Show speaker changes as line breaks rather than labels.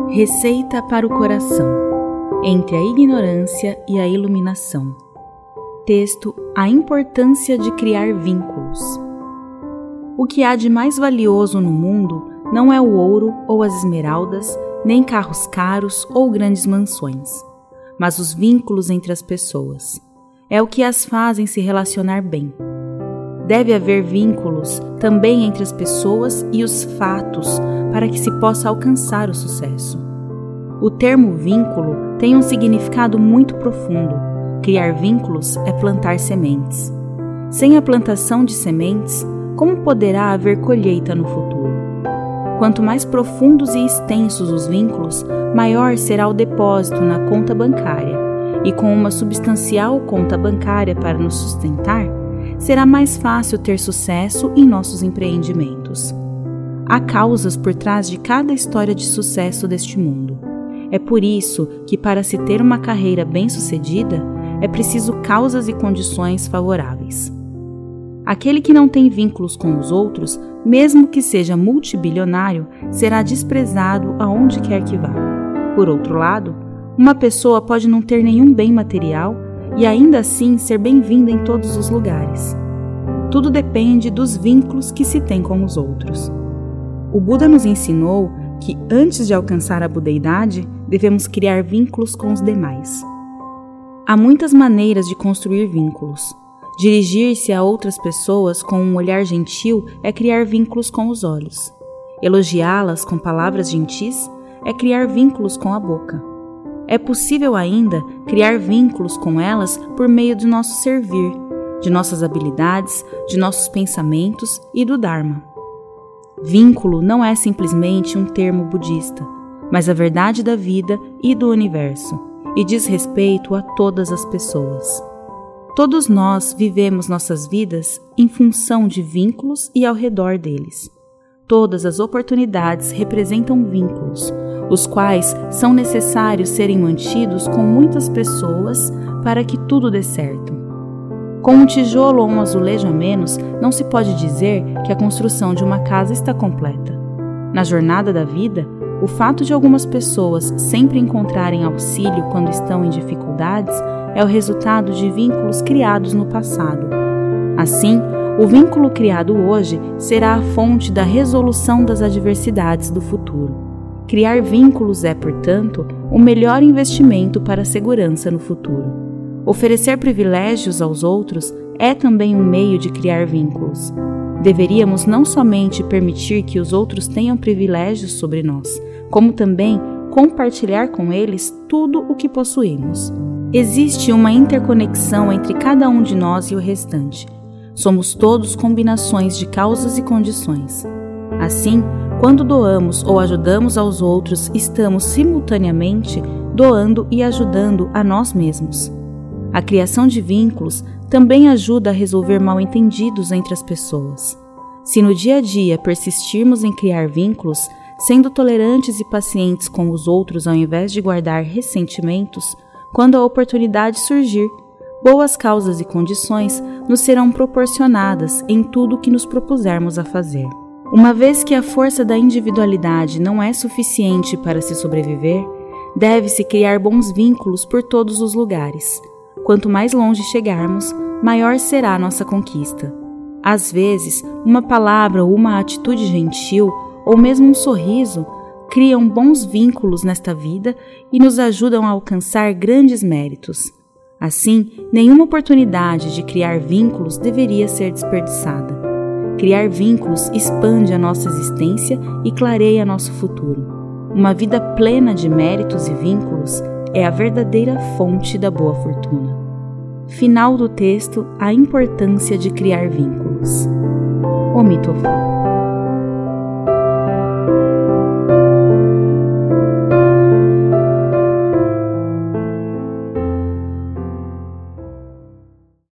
Receita para o coração, entre a ignorância e a iluminação. Texto: A importância de criar vínculos. O que há de mais valioso no mundo não é o ouro ou as esmeraldas, nem carros caros ou grandes mansões, mas os vínculos entre as pessoas. É o que as fazem se relacionar bem. Deve haver vínculos também entre as pessoas e os fatos para que se possa alcançar o sucesso. O termo vínculo tem um significado muito profundo. Criar vínculos é plantar sementes. Sem a plantação de sementes, como poderá haver colheita no futuro? Quanto mais profundos e extensos os vínculos, maior será o depósito na conta bancária, e com uma substancial conta bancária para nos sustentar, será mais fácil ter sucesso em nossos empreendimentos. Há causas por trás de cada história de sucesso deste mundo. É por isso que, para se ter uma carreira bem-sucedida, é preciso causas e condições favoráveis. Aquele que não tem vínculos com os outros, mesmo que seja multibilionário, será desprezado aonde quer que vá. Por outro lado, uma pessoa pode não ter nenhum bem material e ainda assim ser bem-vinda em todos os lugares. Tudo depende dos vínculos que se tem com os outros. O Buda nos ensinou que, antes de alcançar a budeidade, devemos criar vínculos com os demais. Há muitas maneiras de construir vínculos. Dirigir-se a outras pessoas com um olhar gentil é criar vínculos com os olhos. Elogiá-las com palavras gentis é criar vínculos com a boca. É possível ainda criar vínculos com elas por meio do nosso servir, de nossas habilidades, de nossos pensamentos e do Dharma. Vínculo não é simplesmente um termo budista, mas a verdade da vida e do universo, e diz respeito a todas as pessoas. Todos nós vivemos nossas vidas em função de vínculos e ao redor deles. Todas as oportunidades representam vínculos, os quais são necessários serem mantidos com muitas pessoas para que tudo dê certo. Com um tijolo ou um azulejo a menos, não se pode dizer que a construção de uma casa está completa. Na jornada da vida, o fato de algumas pessoas sempre encontrarem auxílio quando estão em dificuldades é o resultado de vínculos criados no passado. Assim, o vínculo criado hoje será a fonte da resolução das adversidades do futuro. Criar vínculos é, portanto, o melhor investimento para a segurança no futuro. Oferecer privilégios aos outros é também um meio de criar vínculos. Deveríamos não somente permitir que os outros tenham privilégios sobre nós, como também compartilhar com eles tudo o que possuímos. Existe uma interconexão entre cada um de nós e o restante. Somos todos combinações de causas e condições. Assim, quando doamos ou ajudamos aos outros, estamos simultaneamente doando e ajudando a nós mesmos. A criação de vínculos também ajuda a resolver mal-entendidos entre as pessoas. Se no dia a dia persistirmos em criar vínculos, sendo tolerantes e pacientes com os outros ao invés de guardar ressentimentos, quando a oportunidade surgir, boas causas e condições nos serão proporcionadas em tudo o que nos propusermos a fazer. Uma vez que a força da individualidade não é suficiente para se sobreviver, deve-se criar bons vínculos por todos os lugares. Quanto mais longe chegarmos, maior será a nossa conquista. Às vezes, uma palavra ou uma atitude gentil, ou mesmo um sorriso, criam bons vínculos nesta vida e nos ajudam a alcançar grandes méritos. Assim, nenhuma oportunidade de criar vínculos deveria ser desperdiçada. Criar vínculos expande a nossa existência e clareia nosso futuro. Uma vida plena de méritos e vínculos é a verdadeira fonte da boa fortuna. Final do texto: A importância de criar vínculos. Omitofo.